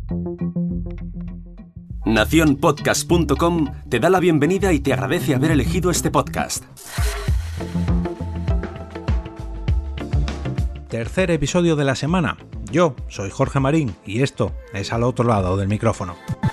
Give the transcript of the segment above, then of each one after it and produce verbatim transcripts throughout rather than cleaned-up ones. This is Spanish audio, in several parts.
nación podcast punto com te da la bienvenida y te agradece haber elegido este podcast. Tercer episodio de la semana. Yo soy Jorge Marín y esto es Al Otro Lado del Micrófono.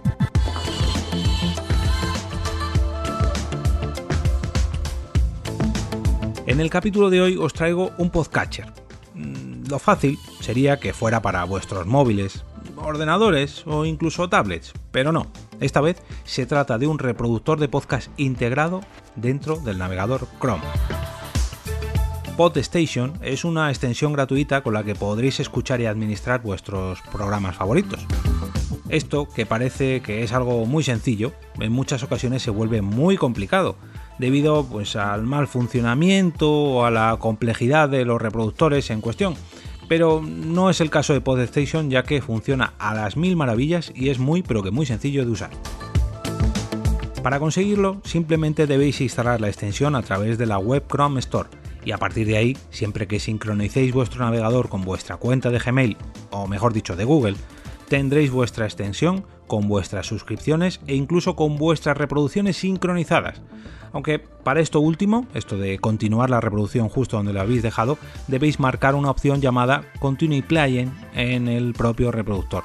En el capítulo de hoy os traigo un podcatcher. Lo fácil sería que fuera para vuestros móviles, ordenadores o incluso tablets, pero no. Esta vez se trata de un reproductor de podcast integrado dentro del navegador Chrome. PodStation es una extensión gratuita con la que podréis escuchar y administrar vuestros programas favoritos. Esto, que parece que es algo muy sencillo, en muchas ocasiones se vuelve muy complicado, debido pues, al mal funcionamiento o a la complejidad de los reproductores en cuestión. Pero no es el caso de PodStation, ya que funciona a las mil maravillas y es muy pero que muy sencillo de usar. Para conseguirlo, simplemente debéis instalar la extensión a través de la web Chrome Store y a partir de ahí, siempre que sincronicéis vuestro navegador con vuestra cuenta de Gmail, o mejor dicho de Google, tendréis vuestra extensión con vuestras suscripciones e incluso con vuestras reproducciones sincronizadas. Aunque para esto último, esto de continuar la reproducción justo donde lo habéis dejado, debéis marcar una opción llamada Continue Playing en el propio reproductor.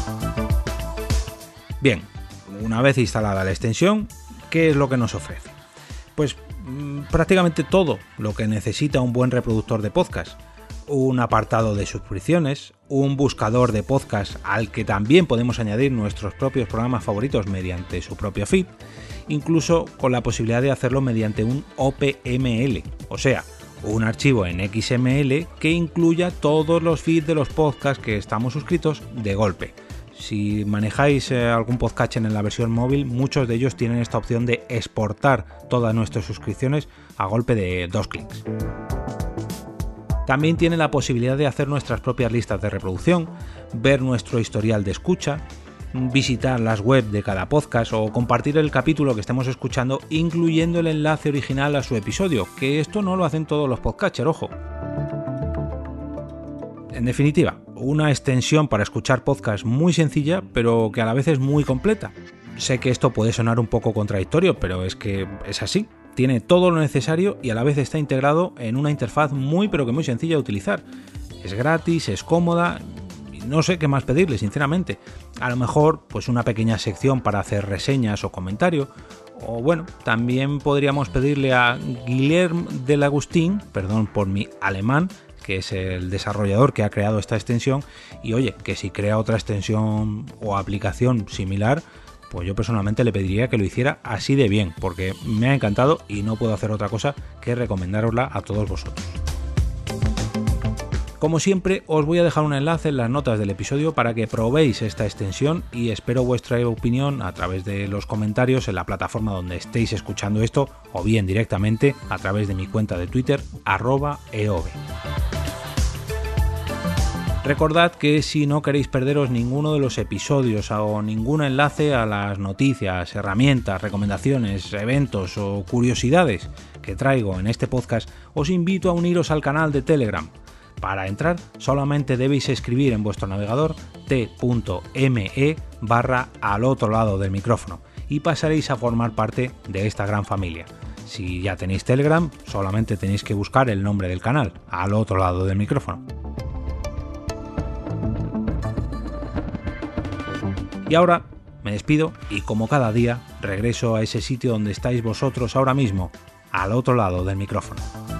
Bien, una vez instalada la extensión, ¿qué es lo que nos ofrece? Pues mmm, prácticamente todo lo que necesita un buen reproductor de podcast. Un apartado de suscripciones, un buscador de podcast al que también podemos añadir nuestros propios programas favoritos mediante su propio feed, incluso con la posibilidad de hacerlo mediante un O P M L, o sea, un archivo en X M L que incluya todos los feeds de los podcasts que estamos suscritos de golpe. Si manejáis eh, algún podcatcher en la versión móvil, muchos de ellos tienen esta opción de exportar todas nuestras suscripciones a golpe de dos clics. También tiene la posibilidad de hacer nuestras propias listas de reproducción, ver nuestro historial de escucha, visitar las webs de cada podcast o compartir el capítulo que estemos escuchando incluyendo el enlace original a su episodio, que esto no lo hacen todos los podcatchers, ojo. En definitiva, una extensión para escuchar podcasts muy sencilla, pero que a la vez es muy completa. Sé que esto puede sonar un poco contradictorio, pero es que es así. Tiene todo lo necesario y a la vez está integrado en una interfaz muy pero que muy sencilla de utilizar. Es gratis, es cómoda y no sé qué más pedirle, sinceramente. A lo mejor pues una pequeña sección para hacer reseñas o comentarios. O bueno, también podríamos pedirle a Guilherme Delagustín, perdón por mi alemán, que es el desarrollador que ha creado esta extensión, y oye, que si crea otra extensión o aplicación similar, pues yo personalmente le pediría que lo hiciera así de bien, porque me ha encantado y no puedo hacer otra cosa que recomendárosla a todos vosotros. Como siempre, os voy a dejar un enlace en las notas del episodio para que probéis esta extensión y espero vuestra opinión a través de los comentarios en la plataforma donde estéis escuchando esto o bien directamente a través de mi cuenta de Twitter, arroba eove. Recordad que si no queréis perderos ninguno de los episodios o ningún enlace a las noticias, herramientas, recomendaciones, eventos o curiosidades que traigo en este podcast, os invito a uniros al canal de Telegram. Para entrar solamente debéis escribir en vuestro navegador t.me barra al otro lado del micrófono y pasaréis a formar parte de esta gran familia. Si ya tenéis Telegram, solamente tenéis que buscar el nombre del canal, al otro lado del micrófono. Y ahora me despido y como cada día regreso a ese sitio donde estáis vosotros ahora mismo, al otro lado del micrófono.